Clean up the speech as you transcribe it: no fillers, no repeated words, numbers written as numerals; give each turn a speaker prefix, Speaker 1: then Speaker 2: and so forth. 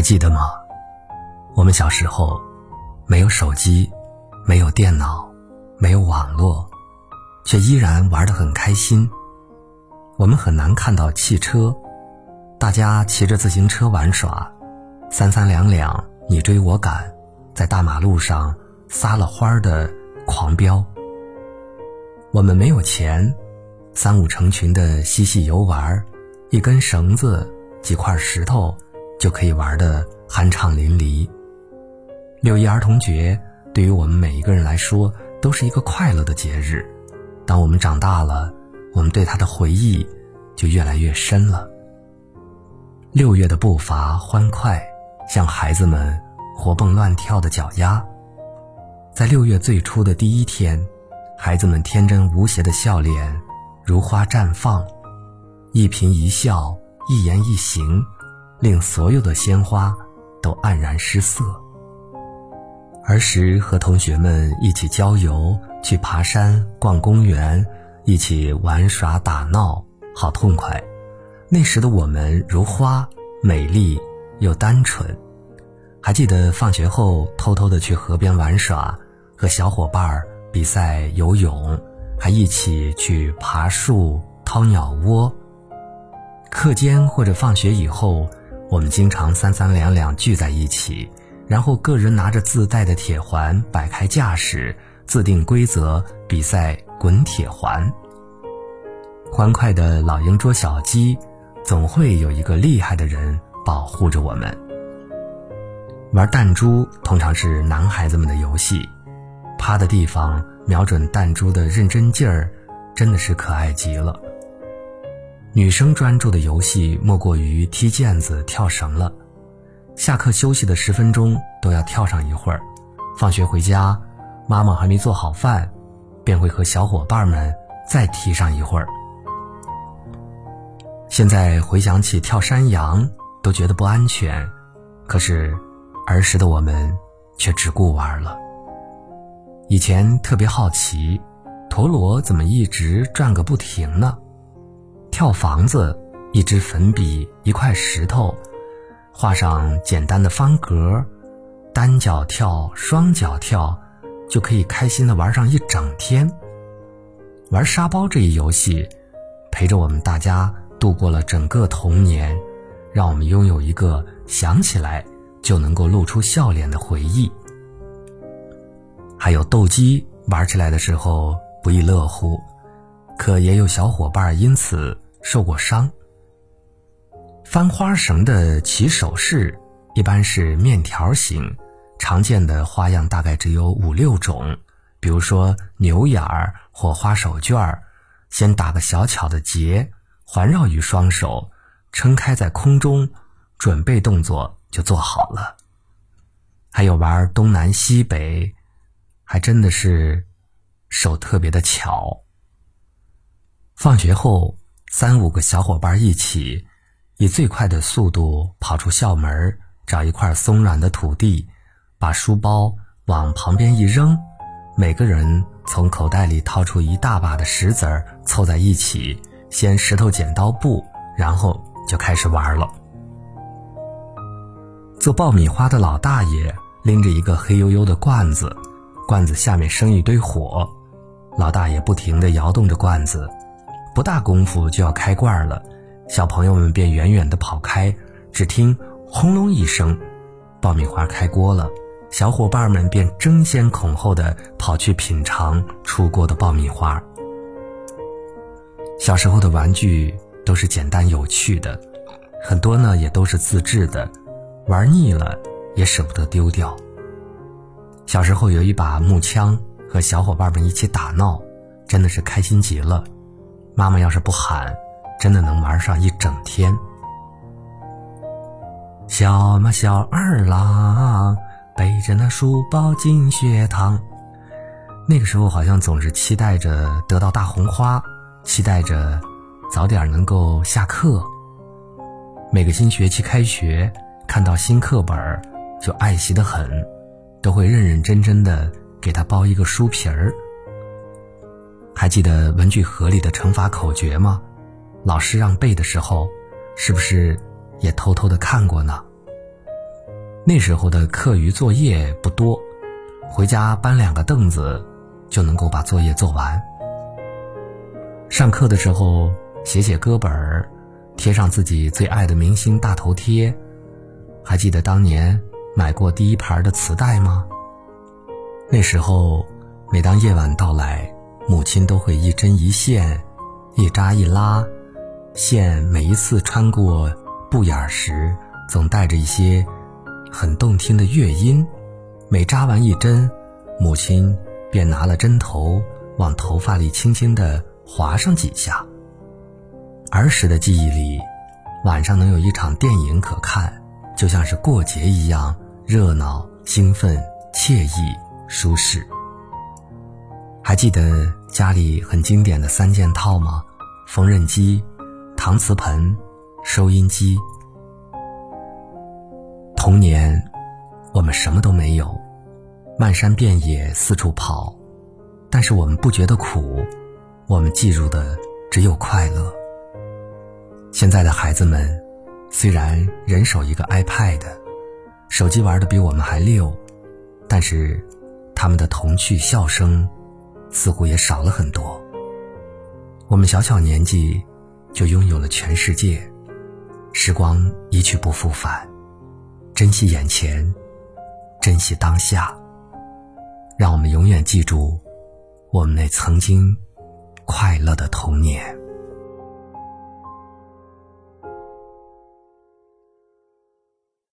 Speaker 1: 记得吗？我们小时候没有手机，没有电脑，没有网络，却依然玩得很开心。我们很难看到汽车，大家骑着自行车玩耍，三三两两，你追我赶，在大马路上撒了欢儿的狂飙。我们没有钱，三五成群的嬉戏游玩，一根绳子几块石头就可以玩得酣畅淋漓。六一儿童节对于我们每一个人来说都是一个快乐的节日，当我们长大了，我们对它的回忆就越来越深了。6月的步伐欢快，像孩子们活蹦乱跳的脚丫。在6月最初的第一天，孩子们天真无邪的笑脸如花绽放，一颦一笑，一言一行，令所有的鲜花都黯然失色。儿时和同学们一起郊游，去爬山逛公园，一起玩耍打闹，好痛快。那时的我们如花，美丽又单纯。还记得放学后偷偷地去河边玩耍，和小伙伴比赛游泳，还一起去爬树掏鸟窝。课间或者放学以后，我们经常三三两两聚在一起，然后个人拿着自带的铁环摆开架势，自定规则，比赛滚铁环。欢快的老鹰捉小鸡，总会有一个厉害的人保护着我们。玩弹珠通常是男孩子们的游戏，趴的地方瞄准弹珠的认真劲儿真的是可爱极了。女生专注的游戏莫过于踢毽子跳绳了，下课休息的10分钟都要跳上一会儿，放学回家妈妈还没做好饭，便会和小伙伴们再踢上一会儿。现在回想起跳山羊都觉得不安全，可是儿时的我们却只顾玩了。以前特别好奇，陀螺怎么一直转个不停呢？跳房子，一支粉笔，一块石头，画上简单的方格，单脚跳，双脚跳，就可以开心地玩上一整天。玩沙包这一游戏，陪着我们大家度过了整个童年，让我们拥有一个想起来就能够露出笑脸的回忆。还有斗鸡，玩起来的时候不亦乐乎，可也有小伙伴因此受过伤。翻花绳的起手式一般是面条形，常见的花样大概只有5、6种，比如说牛眼儿或花手绢儿，先打个小巧的结，环绕于双手，撑开在空中，准备动作就做好了。还有玩东南西北，还真的是手特别的巧。放学后3、5个小伙伴一起，以最快的速度跑出校门，找一块松软的土地，把书包往旁边一扔，每个人从口袋里掏出一大把的石子儿，凑在一起，先石头剪刀布，然后就开始玩了。做爆米花的老大爷拎着一个黑黝黝的罐子，罐子下面生一堆火，老大爷不停地摇动着罐子，不大功夫就要开罐了，小朋友们便远远地跑开，只听轰隆一声，爆米花开锅了，小伙伴们便争先恐后地跑去品尝出锅的爆米花。小时候的玩具都是简单有趣的，很多呢也都是自制的，玩腻了也舍不得丢掉。小时候有一把木枪，和小伙伴们一起打闹，真的是开心极了。妈妈要是不喊，真的能玩上一整天。小马小二郎背着那书包进学堂，那个时候好像总是期待着得到大红花，期待着早点能够下课。每个新学期开学，看到新课本就爱惜得很，都会认认真真的给他包一个书皮儿。还记得文具盒里的乘法口诀吗？老师让背的时候，是不是也偷偷的看过呢？ 那时候的课余作业不多，回家搬2个凳子就能够把作业做完。上课的时候写写歌本，贴上自己最爱的明星大头贴。还记得当年买过第一盘的磁带吗？那时候每当夜晚到来，母亲都会一针一线，一扎一拉，线每一次穿过布眼时总带着一些很动听的乐音。每扎完一针，母亲便拿了针头往头发里轻轻地划上几下。儿时的记忆里，晚上能有一场电影可看，就像是过节一样热闹、兴奋、惬意、舒适。还记得家里很经典的3件套吗？缝纫机、搪瓷盆、收音机。童年我们什么都没有，漫山遍野四处跑，但是我们不觉得苦，我们记住的只有快乐。现在的孩子们虽然人手一个 iPad， 手机玩得比我们还溜，但是他们的童趣笑声似乎也少了很多。我们小小年纪就拥有了全世界，时光一去不复返，珍惜眼前，珍惜当下，让我们永远记住我们那曾经快乐的童年。